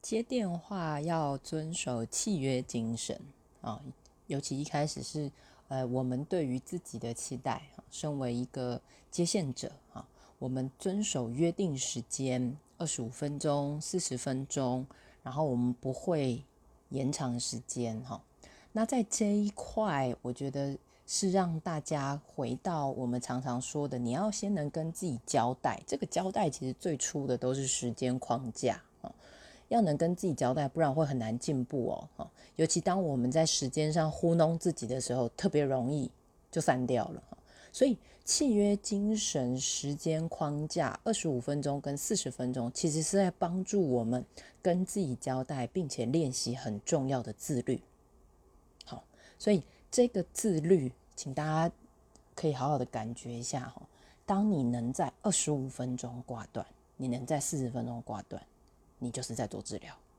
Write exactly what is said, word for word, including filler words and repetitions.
接电话要遵守契约精神啊，尤其一开始是呃我们对于自己的期待，身为一个接线者啊，我们遵守约定时间二十五分钟、四十分钟，然后我们不会延长时间哈。那在这一块，我觉得是让大家回到我们常常说的，你要先能跟自己交代。这个交代其实最初的都是时间框架啊，要能跟自己交代，不然会很难进步哦。尤其当我们在时间上糊弄自己的时候，特别容易就散掉了。所以契约精神、时间框架二十五分钟跟四十分钟，其实是在帮助我们跟自己交代，并且练习很重要的自律。好，所以这个自律，请大家可以好好的感觉一下哈。当你能在二十五分钟挂断，你能在四十分钟挂断，你就是在做治疗。